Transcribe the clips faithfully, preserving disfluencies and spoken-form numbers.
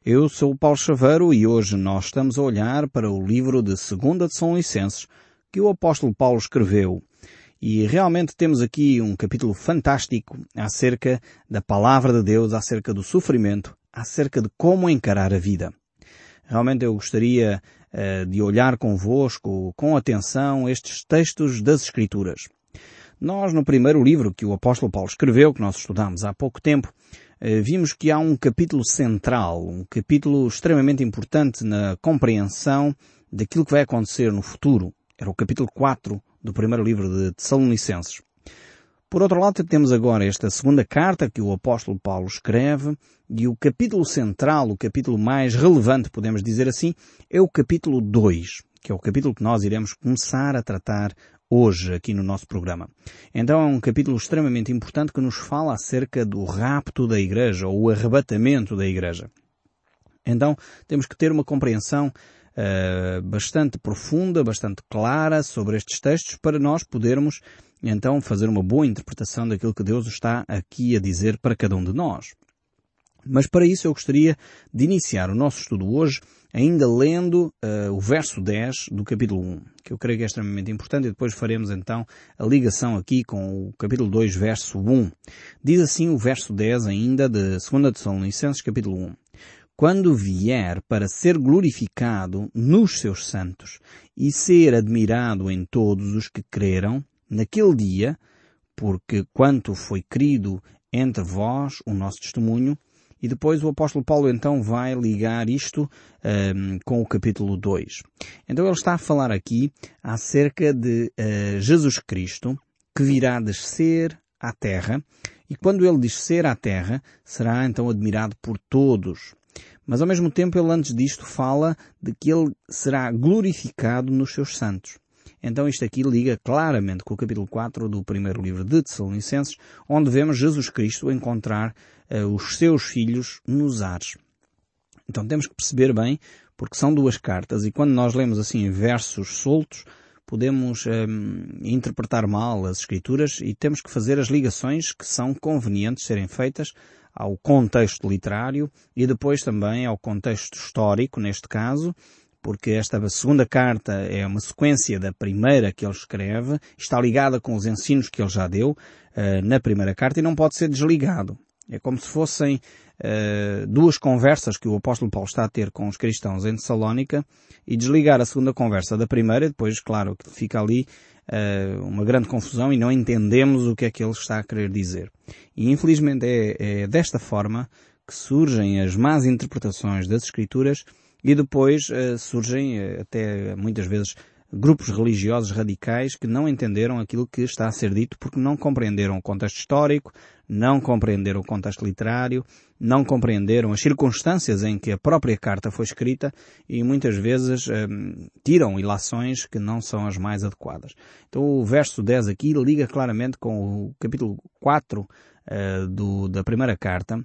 Eu sou o Paulo Chaveiro e hoje nós estamos a olhar para o livro de Segunda Tessalonicenses que o apóstolo Paulo escreveu. E realmente temos aqui um capítulo fantástico acerca da palavra de Deus, acerca do sofrimento, acerca de como encarar a vida. Realmente eu gostaria uh, de olhar convosco com atenção estes textos das Escrituras. Nós, no primeiro livro que o apóstolo Paulo escreveu, que nós estudamos há pouco tempo, uh, vimos que há um capítulo central, um capítulo extremamente importante na compreensão daquilo que vai acontecer no futuro. Era o capítulo quatro do primeiro livro de Tessalonicenses. Por outro lado, temos agora esta segunda carta que o apóstolo Paulo escreve, e o capítulo central, o capítulo mais relevante, podemos dizer assim, é o capítulo dois, que é o capítulo que nós iremos começar a tratar hoje aqui no nosso programa. Então é um capítulo extremamente importante que nos fala acerca do rapto da igreja, ou o arrebatamento da igreja. Então temos que ter uma compreensão Uh, bastante profunda, bastante clara sobre estes textos para nós podermos então fazer uma boa interpretação daquilo que Deus está aqui a dizer para cada um de nós. Mas para isso eu gostaria de iniciar o nosso estudo hoje ainda lendo uh, o verso dez do capítulo um, que eu creio que é extremamente importante, e depois faremos então a ligação aqui com o capítulo dois, verso um. Diz assim o verso dez ainda de Segunda Tessalonicenses, capítulo um. Quando vier para ser glorificado nos seus santos e ser admirado em todos os que creram, naquele dia, porque quanto foi querido entre vós o nosso testemunho, e depois o apóstolo Paulo então vai ligar isto um, com o capítulo dois. Então ele está a falar aqui acerca de uh, Jesus Cristo, que virá descer à terra, e quando ele descer à terra, será então admirado por todos. Mas ao mesmo tempo ele antes disto fala de que ele será glorificado nos seus santos. Então isto aqui liga claramente com o capítulo quatro do primeiro livro de Tessalonicenses, onde vemos Jesus Cristo encontrar uh, os seus filhos nos ares. Então temos que perceber bem, porque são duas cartas, e quando nós lemos assim versos soltos, podemos um, interpretar mal as Escrituras e temos que fazer as ligações que são convenientes serem feitas ao contexto literário e depois também ao contexto histórico, neste caso, porque esta segunda carta é uma sequência da primeira que ele escreve, está ligada com os ensinos que ele já deu uh, na primeira carta e não pode ser desligado. É como se fossem uh, duas conversas que o apóstolo Paulo está a ter com os cristãos em Tessalónica e desligar a segunda conversa da primeira e depois, claro, que fica ali uh, uma grande confusão e não entendemos o que é que ele está a querer dizer. E infelizmente é, é desta forma que surgem as más interpretações das Escrituras e depois uh, surgem uh, até muitas vezes grupos religiosos radicais que não entenderam aquilo que está a ser dito porque não compreenderam o contexto histórico, não compreenderam o contexto literário, não compreenderam as circunstâncias em que a própria carta foi escrita e muitas vezes um, tiram ilações que não são as mais adequadas. Então o verso dez aqui liga claramente com o capítulo quatro uh, do, da primeira carta,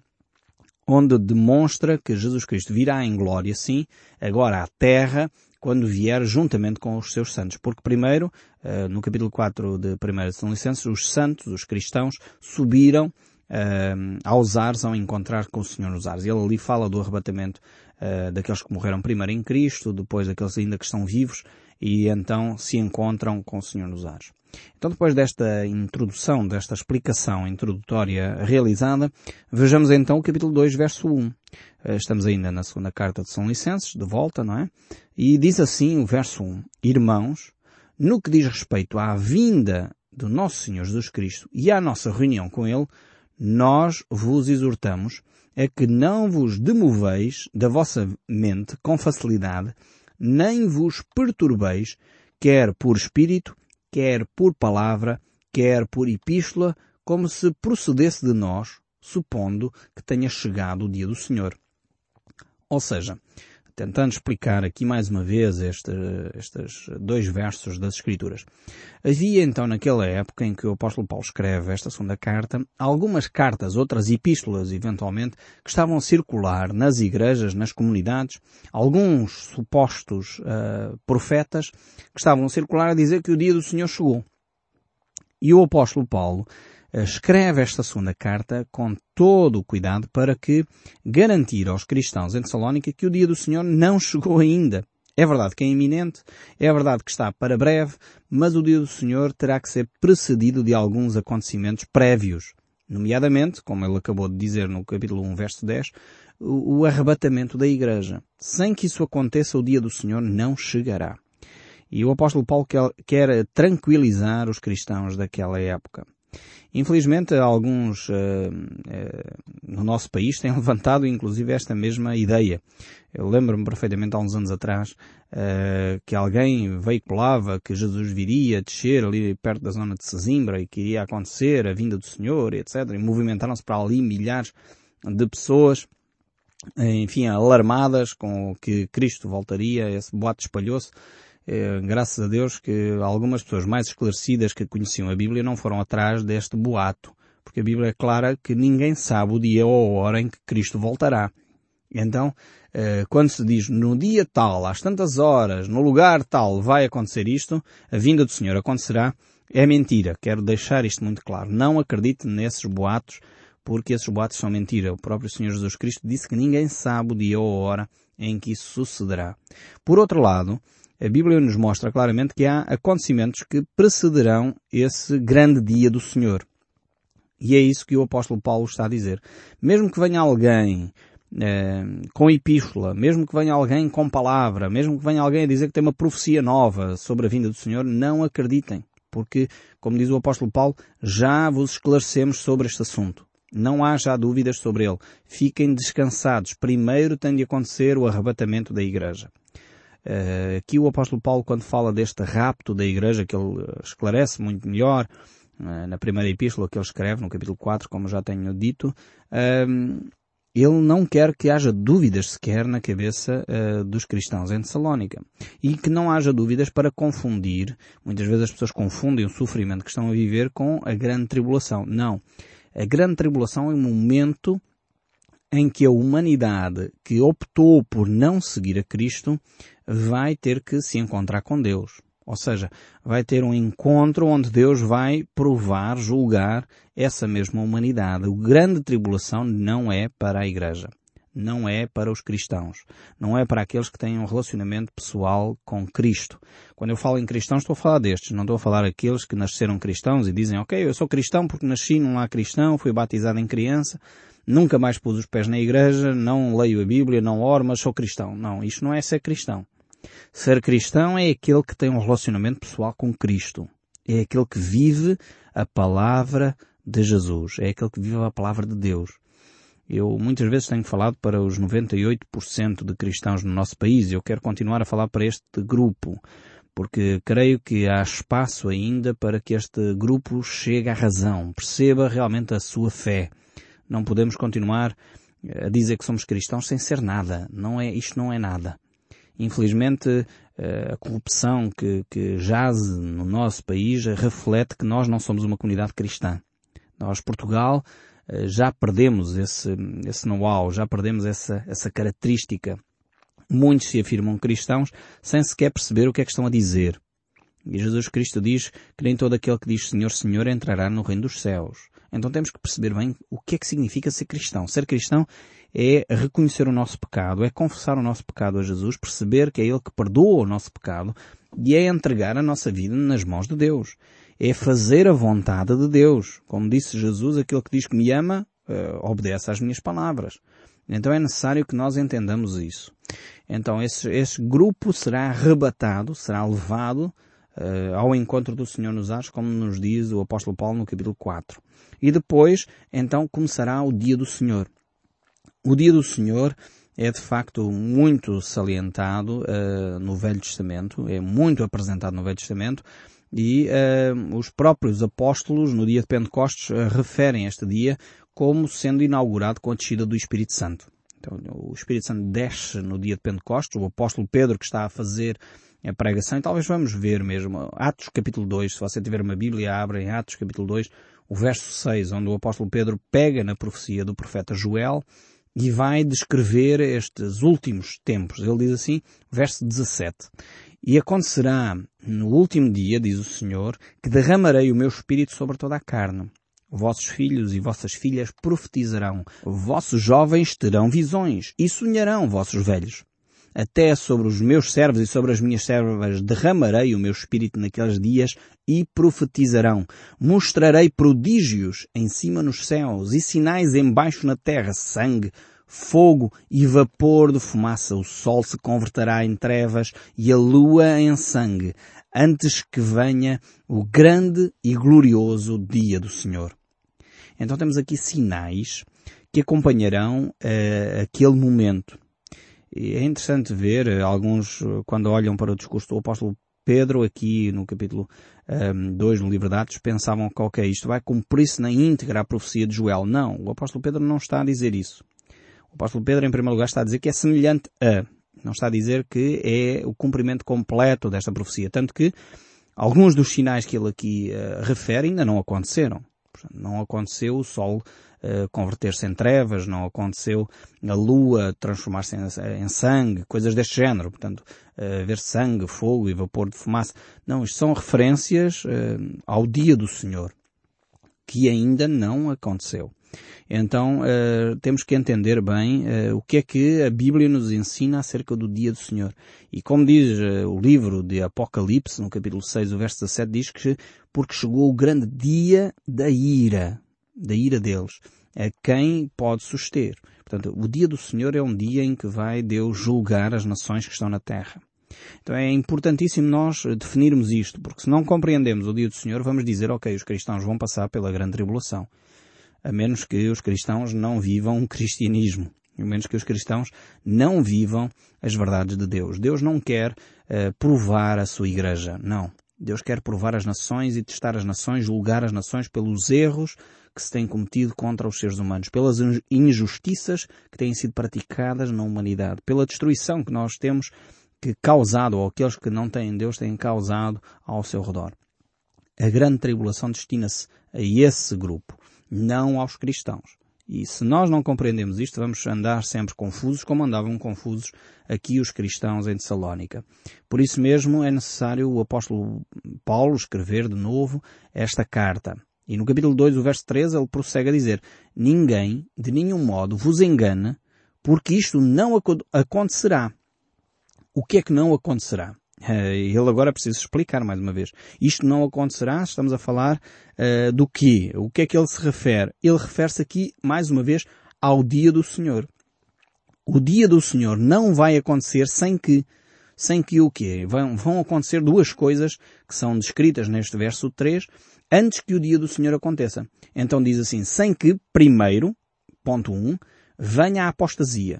onde demonstra que Jesus Cristo virá em glória, sim, agora à terra, quando vier juntamente com os seus santos. Porque primeiro, no capítulo quatro de primeira Tessalonicenses, os santos, os cristãos, subiram uh, aos ares ao encontrar com o Senhor nos ares. Ele ali fala do arrebatamento uh, daqueles que morreram primeiro em Cristo, depois daqueles ainda que estão vivos, e então se encontram com o Senhor nos ares. Então depois desta introdução, desta explicação introdutória realizada, vejamos então o capítulo dois, verso um. Estamos ainda na segunda carta de Tessalonicenses, de volta, não é? E diz assim o verso um. Irmãos, no que diz respeito à vinda do nosso Senhor Jesus Cristo e à nossa reunião com Ele, nós vos exortamos a que não vos demoveis da vossa mente com facilidade, nem vos perturbeis, quer por espírito, quer por palavra, quer por epístola, como se procedesse de nós, supondo que tenha chegado o dia do Senhor. Ou seja, tentando explicar aqui mais uma vez este, estes dois versos das Escrituras. Havia então naquela época em que o apóstolo Paulo escreve esta segunda carta, algumas cartas, outras epístolas eventualmente, que estavam a circular nas igrejas, nas comunidades, alguns supostos uh, profetas que estavam a circular a dizer que o dia do Senhor chegou. E o apóstolo Paulo escreve esta segunda carta com todo o cuidado para que garantir aos cristãos em Tessalónica que o dia do Senhor não chegou ainda. É verdade que é iminente, é verdade que está para breve, mas o dia do Senhor terá que ser precedido de alguns acontecimentos prévios. Nomeadamente, como ele acabou de dizer no capítulo um, verso dez, o, o arrebatamento da Igreja. Sem que isso aconteça, o dia do Senhor não chegará. E o apóstolo Paulo quer, quer tranquilizar os cristãos daquela época. Infelizmente, alguns uh, uh, no nosso país têm levantado inclusive esta mesma ideia. Eu lembro-me perfeitamente há uns anos atrás uh, que alguém veiculava que Jesus viria descer ali perto da zona de Sesimbra e que iria acontecer a vinda do Senhor, etcétera. E movimentaram-se para ali milhares de pessoas, enfim, alarmadas com que Cristo voltaria. Esse boato espalhou-se. É, graças a Deus que algumas pessoas mais esclarecidas que conheciam a Bíblia não foram atrás deste boato, porque a Bíblia é clara que ninguém sabe o dia ou a hora em que Cristo voltará. Então, eh, quando se diz no dia tal, às tantas horas, no lugar tal vai acontecer isto, a vinda do Senhor acontecerá, é mentira. Quero deixar isto muito claro. Não acredite nesses boatos, porque esses boatos são mentira. O próprio Senhor Jesus Cristo disse que ninguém sabe o dia ou a hora em que isso sucederá. Por outro lado, a Bíblia nos mostra claramente que há acontecimentos que precederão esse grande dia do Senhor. E é isso que o apóstolo Paulo está a dizer. Mesmo que venha alguém eh, com epístola, mesmo que venha alguém com palavra, mesmo que venha alguém a dizer que tem uma profecia nova sobre a vinda do Senhor, não acreditem. Porque, como diz o apóstolo Paulo, já vos esclarecemos sobre este assunto. Não há já dúvidas sobre ele. Fiquem descansados. Primeiro tem de acontecer o arrebatamento da Igreja. Uh, aqui o apóstolo Paulo, quando fala deste rapto da Igreja, que ele esclarece muito melhor uh, na primeira epístola que ele escreve, no capítulo quatro, como já tenho dito, uh, ele não quer que haja dúvidas sequer na cabeça uh, dos cristãos em Tessalónica. E que não haja dúvidas para confundir. Muitas vezes as pessoas confundem o sofrimento que estão a viver com a grande tribulação. Não. A grande tribulação é um momento em que a humanidade que optou por não seguir a Cristo vai ter que se encontrar com Deus. Ou seja, vai ter um encontro onde Deus vai provar, julgar essa mesma humanidade. A grande tribulação não é para a Igreja. Não é para os cristãos. Não é para aqueles que têm um relacionamento pessoal com Cristo. Quando eu falo em cristãos, estou a falar destes. Não estou a falar daqueles que nasceram cristãos e dizem, ok, eu sou cristão porque nasci num lar cristão, fui batizado em criança, nunca mais pus os pés na igreja, não leio a Bíblia, não oro, mas sou cristão. Não, isto não é ser cristão. Ser cristão é aquele que tem um relacionamento pessoal com Cristo. É aquele que vive a palavra de Jesus. É aquele que vive a palavra de Deus. Eu muitas vezes tenho falado para os noventa e oito por cento de cristãos no nosso país e eu quero continuar a falar para este grupo, porque creio que há espaço ainda para que este grupo chegue à razão, perceba realmente a sua fé. Não podemos continuar a dizer que somos cristãos sem ser nada. Não é, isto não é nada. Infelizmente, a corrupção que, que jaz no nosso país reflete que nós não somos uma comunidade cristã. Nós, Portugal, já perdemos esse, esse know-how, já perdemos essa, essa característica. Muitos se afirmam cristãos sem sequer perceber o que é que estão a dizer. E Jesus Cristo diz que nem todo aquele que diz Senhor, Senhor entrará no reino dos céus. Então temos que perceber bem o que é que significa ser cristão. Ser cristão é reconhecer o nosso pecado, é confessar o nosso pecado a Jesus, perceber que é Ele que perdoa o nosso pecado e é entregar a nossa vida nas mãos de Deus. É fazer a vontade de Deus. Como disse Jesus, aquele que diz que me ama, uh, obedece às minhas palavras. Então é necessário que nós entendamos isso. Então esse, esse grupo será arrebatado, será levado uh, ao encontro do Senhor nos ares, como nos diz o apóstolo Paulo no capítulo quatro. E depois, então, começará o dia do Senhor. O dia do Senhor é de facto muito salientado uh, no Velho Testamento, é muito apresentado no Velho Testamento, e uh, os próprios apóstolos, no dia de Pentecostes, uh, referem este dia como sendo inaugurado com a descida do Espírito Santo. Então, o Espírito Santo desce no dia de Pentecostes, o apóstolo Pedro que está a fazer a pregação, e talvez vamos ver mesmo, Atos capítulo dois, se você tiver uma Bíblia, abre em Atos capítulo dois, o verso seis, onde o apóstolo Pedro pega na profecia do profeta Joel e vai descrever estes últimos tempos. Ele diz assim, verso dezassete, e acontecerá no último dia, diz o Senhor, que derramarei o meu espírito sobre toda a carne. Vossos filhos e vossas filhas profetizarão. Vossos jovens terão visões e sonharão vossos velhos. Até sobre os meus servos e sobre as minhas servas derramarei o meu espírito naqueles dias e profetizarão. Mostrarei prodígios em cima nos céus e sinais embaixo na terra, sangue, fogo e vapor de fumaça. O sol se converterá em trevas e a lua em sangue, antes que venha o grande e glorioso dia do Senhor. Então temos aqui sinais que acompanharão uh, aquele momento. E é interessante ver, uh, alguns, uh, quando olham para o discurso do apóstolo Pedro, aqui no capítulo um, dois do livro de Atos, pensavam que, ok, isto vai cumprir-se na íntegra a profecia de Joel. Não, o apóstolo Pedro não está a dizer isso. O apóstolo Pedro, em primeiro lugar, está a dizer que é semelhante a. Não está a dizer que é o cumprimento completo desta profecia. Tanto que alguns dos sinais que ele aqui uh, refere ainda não aconteceram. Não aconteceu o sol uh, converter-se em trevas, não aconteceu a lua transformar-se em, em sangue, coisas deste género. Portanto, uh, ver sangue, fogo e vapor de fumaça. Não, isto são referências uh, ao dia do Senhor, que ainda não aconteceu. Então, uh, temos que entender bem uh, o que é que a Bíblia nos ensina acerca do dia do Senhor. E como diz uh, o livro de Apocalipse, no capítulo seis, o verso dezassete, diz que porque chegou o grande dia da ira, da ira deles, a quem pode suster. Portanto, o dia do Senhor é um dia em que vai Deus julgar as nações que estão na terra. Então é importantíssimo nós definirmos isto, porque se não compreendemos o dia do Senhor, vamos dizer, ok, os cristãos vão passar pela grande tribulação. A menos que os cristãos não vivam um cristianismo. A menos que os cristãos não vivam as verdades de Deus. Deus não quer uh, provar a sua igreja. Não. Deus quer provar as nações e testar as nações, julgar as nações pelos erros que se têm cometido contra os seres humanos, pelas injustiças que têm sido praticadas na humanidade, pela destruição que nós temos que causado, ou aqueles que não têm Deus têm causado ao seu redor. A grande tribulação destina-se a esse grupo, não aos cristãos. E se nós não compreendemos isto, vamos andar sempre confusos, como andavam confusos aqui os cristãos em Tessalónica. Por isso mesmo é necessário o apóstolo Paulo escrever de novo esta carta. E no capítulo dois, o verso treze, ele prossegue a dizer: ninguém, de nenhum modo, vos engane, porque isto não acontecerá. O que é que não acontecerá? Ele agora precisa explicar mais uma vez. Isto não acontecerá, estamos a falar uh, do quê? O que é que ele se refere? Ele refere-se aqui, mais uma vez, ao dia do Senhor. O dia do Senhor não vai acontecer sem que, sem que o quê? Vão, vão acontecer duas coisas que são descritas neste verso três, antes que o dia do Senhor aconteça. Então diz assim, sem que, primeiro, ponto um, venha a apostasia.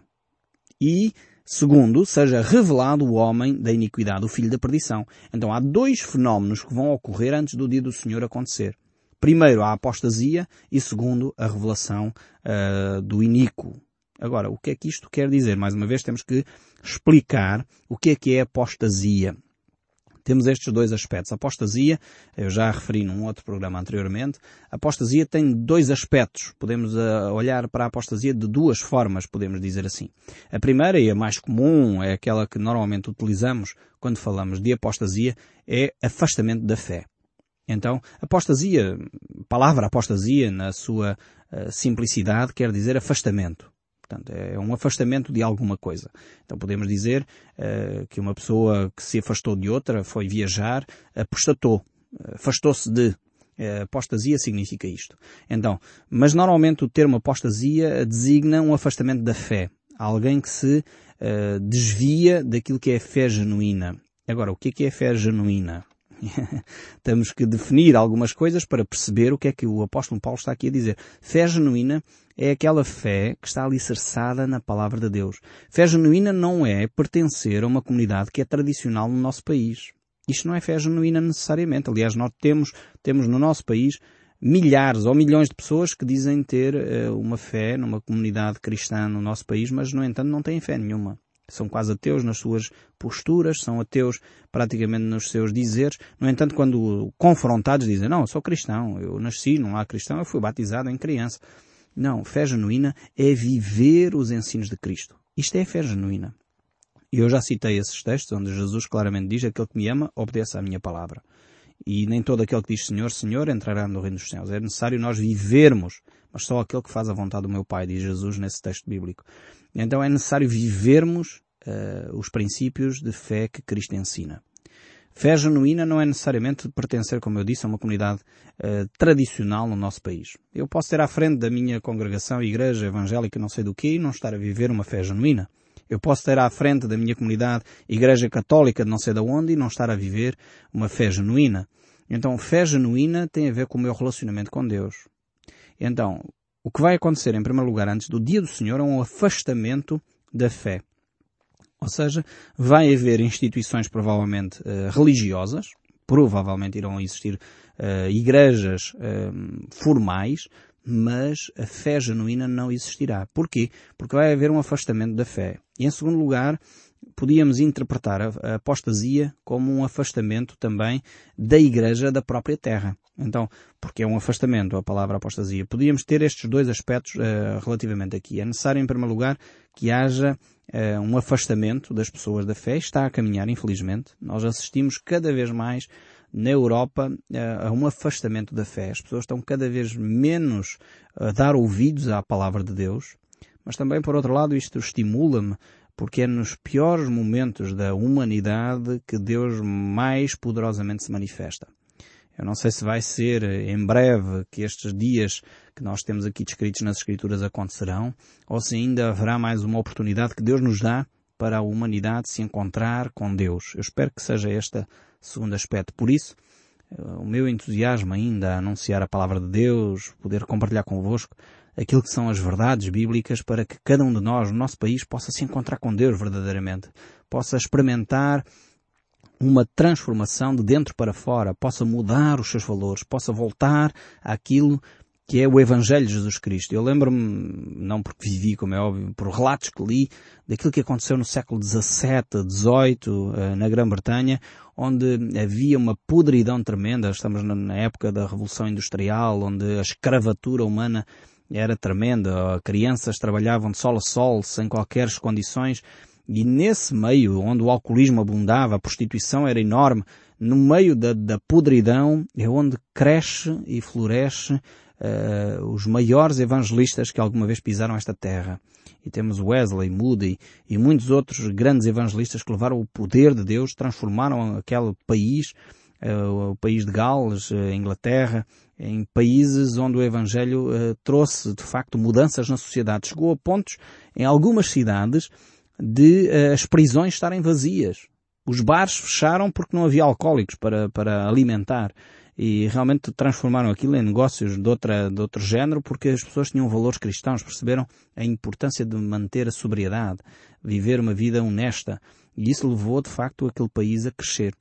E segundo, seja revelado o homem da iniquidade, o filho da perdição. Então há dois fenómenos que vão ocorrer antes do dia do Senhor acontecer. Primeiro, a apostasia e segundo, a revelação uh, do iníquo. Agora, o que é que isto quer dizer? Mais uma vez temos que explicar o que é que é apostasia. Temos estes dois aspectos. A apostasia, eu já referi num outro programa anteriormente, a apostasia tem dois aspectos. Podemos uh, olhar para a apostasia de duas formas, podemos dizer assim. A primeira, e a mais comum, é aquela que normalmente utilizamos quando falamos de apostasia, é afastamento da fé. Então, apostasia, a palavra apostasia, na sua uh, simplicidade, quer dizer afastamento. Portanto, é um afastamento de alguma coisa. Então podemos dizer uh, que uma pessoa que se afastou de outra, foi viajar, apostatou, afastou-se de. Uh, apostasia significa isto. Então, mas normalmente o termo apostasia designa um afastamento da fé. Alguém que se uh, desvia daquilo que é fé genuína. Agora, o que é que é fé genuína? Temos que definir algumas coisas para perceber o que é que o apóstolo Paulo está aqui a dizer. Fé genuína é aquela fé que está alicerçada na palavra de Deus. Fé genuína não é pertencer a uma comunidade que é tradicional no nosso país. Isto não é fé genuína necessariamente. Aliás, nós temos, temos no nosso país milhares ou milhões de pessoas que dizem ter uh, uma fé numa comunidade cristã no nosso país, mas, no entanto, não têm fé nenhuma. São quase ateus nas suas posturas, são ateus praticamente nos seus dizeres. No entanto, quando confrontados dizem, não, eu sou cristão, eu nasci, não há cristão, eu fui batizado em criança. Não, fé genuína é viver os ensinos de Cristo. Isto é fé genuína. E eu já citei esses textos onde Jesus claramente diz, aquele que me ama, obedeça à minha palavra. E nem todo aquele que diz Senhor, Senhor entrará no reino dos céus. É necessário nós vivermos, mas só aquele que faz a vontade do meu Pai, diz Jesus nesse texto bíblico. Então é necessário vivermos uh, os princípios de fé que Cristo ensina. Fé genuína não é necessariamente pertencer, como eu disse, a uma comunidade uh, tradicional no nosso país. Eu posso ter à frente da minha congregação, igreja evangélica, não sei do quê, e não estar a viver uma fé genuína. Eu posso ter à frente da minha comunidade, igreja católica de não sei de onde, e não estar a viver uma fé genuína. Então, fé genuína tem a ver com o meu relacionamento com Deus. Então, o que vai acontecer, em primeiro lugar, antes do dia do Senhor, é um afastamento da fé. Ou seja, vai haver instituições provavelmente uh, religiosas, provavelmente irão existir uh, igrejas uh, formais, mas a fé genuína não existirá. Porquê? Porque vai haver um afastamento da fé. E em segundo lugar, podíamos interpretar a apostasia como um afastamento também da igreja da própria terra. Então, porque é um afastamento a palavra apostasia. Podíamos ter estes dois aspectos uh, relativamente aqui. É necessário, em primeiro lugar, que haja uh, um afastamento das pessoas da fé. Está a caminhar, infelizmente. Nós assistimos cada vez mais na Europa uh, a um afastamento da fé. As pessoas estão cada vez menos a dar ouvidos à palavra de Deus. Mas também, por outro lado, isto estimula-me, porque é nos piores momentos da humanidade que Deus mais poderosamente se manifesta. Eu não sei se vai ser em breve que estes dias que nós temos aqui descritos nas Escrituras acontecerão, ou se ainda haverá mais uma oportunidade que Deus nos dá para a humanidade se encontrar com Deus. Eu espero que seja este segundo aspecto. Por isso, o meu entusiasmo ainda a anunciar a palavra de Deus, poder compartilhar convosco aquilo que são as verdades bíblicas para que cada um de nós, no nosso país, possa se encontrar com Deus verdadeiramente, possa experimentar uma transformação de dentro para fora, possa mudar os seus valores, possa voltar àquilo que é o Evangelho de Jesus Cristo. Eu lembro-me, não porque vivi, como é óbvio, por relatos que li, daquilo que aconteceu no século dezassete, dezoito, na Grã-Bretanha, onde havia uma podridão tremenda. Estamos na época da Revolução Industrial, onde a escravatura humana era tremenda. Crianças trabalhavam de sol a sol, sem qualquer condições. E nesse meio, onde o alcoolismo abundava, a prostituição era enorme, no meio da, da podridão é onde cresce e floresce uh, os maiores evangelistas que alguma vez pisaram esta terra. E temos Wesley, Moody e muitos outros grandes evangelistas que levaram o poder de Deus, transformaram aquele país, uh, o país de Gales, a Inglaterra, em países onde o Evangelho uh, trouxe, de facto, mudanças na sociedade. Chegou a pontos, em algumas cidades, de uh, as prisões estarem vazias. Os bares fecharam porque não havia alcoólicos para, para alimentar. E realmente transformaram aquilo em negócios de, outra, de outro género porque as pessoas tinham valores cristãos, perceberam a importância de manter a sobriedade, viver uma vida honesta. E isso levou, de facto, aquele país a crescer.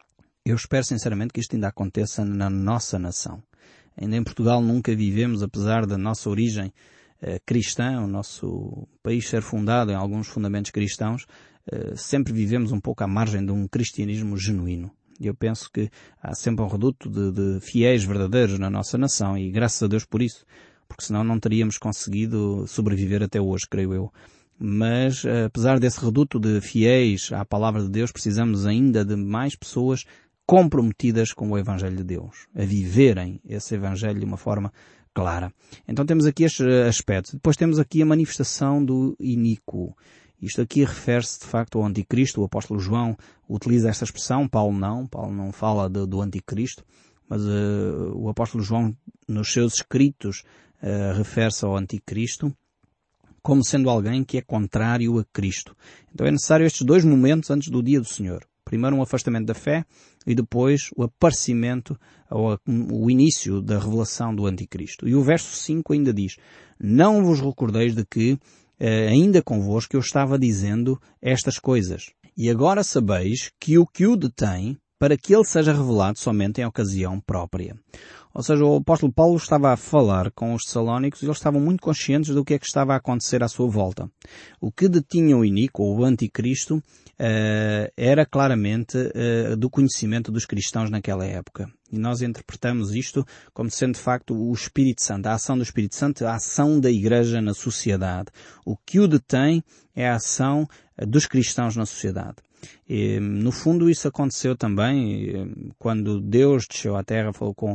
Eu espero sinceramente que isto ainda aconteça na nossa nação. Ainda em Portugal nunca vivemos, apesar da nossa origem cristã, o nosso país ser fundado em alguns fundamentos cristãos, sempre vivemos um pouco à margem de um cristianismo genuíno. E eu penso que há sempre um reduto de, de fiéis verdadeiros na nossa nação e graças a Deus por isso, porque senão não teríamos conseguido sobreviver até hoje, creio eu. Mas, apesar desse reduto de fiéis à palavra de Deus, precisamos ainda de mais pessoas comprometidas com o Evangelho de Deus, a viverem esse Evangelho de uma forma clara. Então temos aqui estes aspectos. Depois temos aqui a manifestação do iníquo. Isto aqui refere-se de facto ao anticristo. O apóstolo João utiliza esta expressão, Paulo não. Paulo não fala do, do anticristo, mas uh, o apóstolo João nos seus escritos uh, refere-se ao anticristo como sendo alguém que é contrário a Cristo. Então é necessário estes dois momentos antes do dia do Senhor. Primeiro um afastamento da fé e depois o aparecimento, ou o início da revelação do anticristo. E o verso cinco ainda diz: não vos recordeis de que, eh, ainda convosco, eu estava dizendo estas coisas. E agora sabeis que o que o detém, para que ele seja revelado somente em ocasião própria. Ou seja, o apóstolo Paulo estava a falar com os tessalónicos e eles estavam muito conscientes do que é que estava a acontecer à sua volta. O que detinha o iníquo, ou o anticristo, Uh, era claramente uh, do conhecimento dos cristãos naquela época. E nós interpretamos isto como sendo de facto o Espírito Santo, a ação do Espírito Santo, a ação da Igreja na sociedade. O que o detém é a ação dos cristãos na sociedade. E, no fundo isso aconteceu também quando Deus desceu à terra, falou com uh,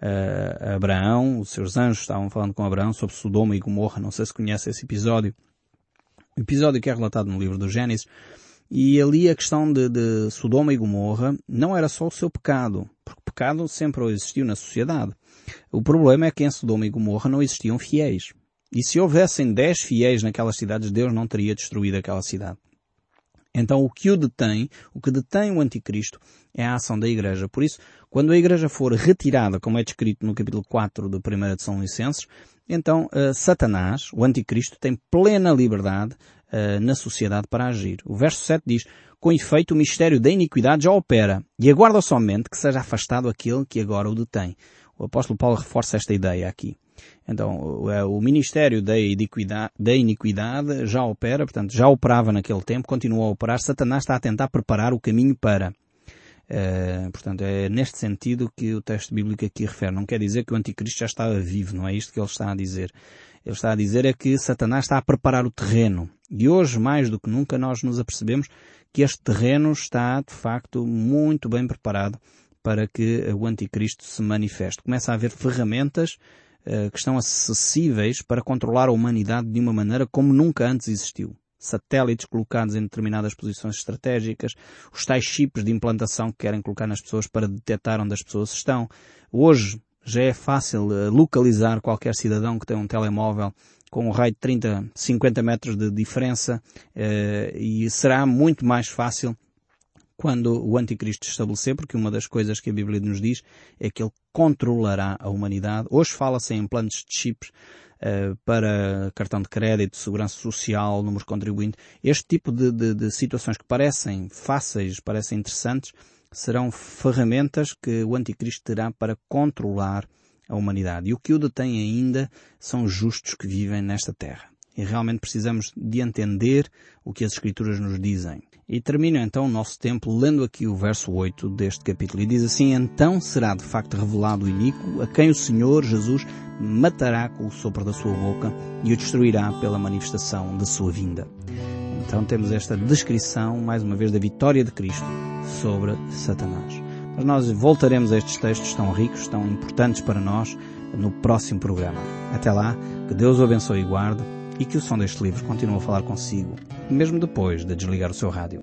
Abraão, os seus anjos estavam falando com Abraão sobre Sodoma e Gomorra. Não sei se conhece esse episódio. O episódio que é relatado no livro do Gênesis. E ali a questão de, de Sodoma e Gomorra não era só o seu pecado, porque o pecado sempre existiu na sociedade. O problema é que em Sodoma e Gomorra não existiam fiéis. E se houvessem dez fiéis naquelas cidades, Deus não teria destruído aquela cidade. Então o que o detém, o que detém o anticristo, é a ação da Igreja. Por isso, quando a Igreja for retirada, como é descrito no capítulo quatro da primeira de São Licenses, então uh, Satanás, o anticristo, tem plena liberdade uh, na sociedade para agir. O verso sete diz: com efeito o mistério da iniquidade já opera, e aguarda somente que seja afastado aquele que agora o detém. O apóstolo Paulo reforça esta ideia aqui. Então, o ministério da iniquidade, da iniquidade já opera, portanto, já operava naquele tempo, continua a operar. Satanás está a tentar preparar o caminho para. Uh, portanto, é neste sentido que o texto bíblico aqui refere. Não quer dizer que o anticristo já estava vivo, não é isto que ele está a dizer. Ele está a dizer é que Satanás está a preparar o terreno. E hoje, mais do que nunca, nós nos apercebemos que este terreno está, de facto, muito bem preparado para que o anticristo se manifeste. Começa a haver ferramentas que estão acessíveis para controlar a humanidade de uma maneira como nunca antes existiu. Satélites colocados em determinadas posições estratégicas, os tais chips de implantação que querem colocar nas pessoas para detectar onde as pessoas estão. Hoje já é fácil localizar qualquer cidadão que tem um telemóvel com um raio de trinta, cinquenta metros de diferença, e será muito mais fácil quando o anticristo estabelecer, porque uma das coisas que a Bíblia nos diz é que ele controlará a humanidade. Hoje fala-se em implantes de chips uh, para cartão de crédito, segurança social, números de contribuinte. Este tipo de, de, de situações que parecem fáceis, parecem interessantes, serão ferramentas que o anticristo terá para controlar a humanidade. E o que o detém ainda são os justos que vivem nesta terra. E realmente precisamos de entender o que as Escrituras nos dizem. E termino então o nosso tempo lendo aqui o verso oito deste capítulo. E diz assim: então será de facto revelado o iníquo, a quem o Senhor Jesus matará com o sopro da sua boca e o destruirá pela manifestação da sua vinda. Então temos esta descrição, mais uma vez, da vitória de Cristo sobre Satanás. Mas nós voltaremos a estes textos tão ricos, tão importantes para nós, no próximo programa. Até lá, que Deus o abençoe e guarde, e que o som deste livro continue a falar consigo, mesmo depois de desligar o seu rádio.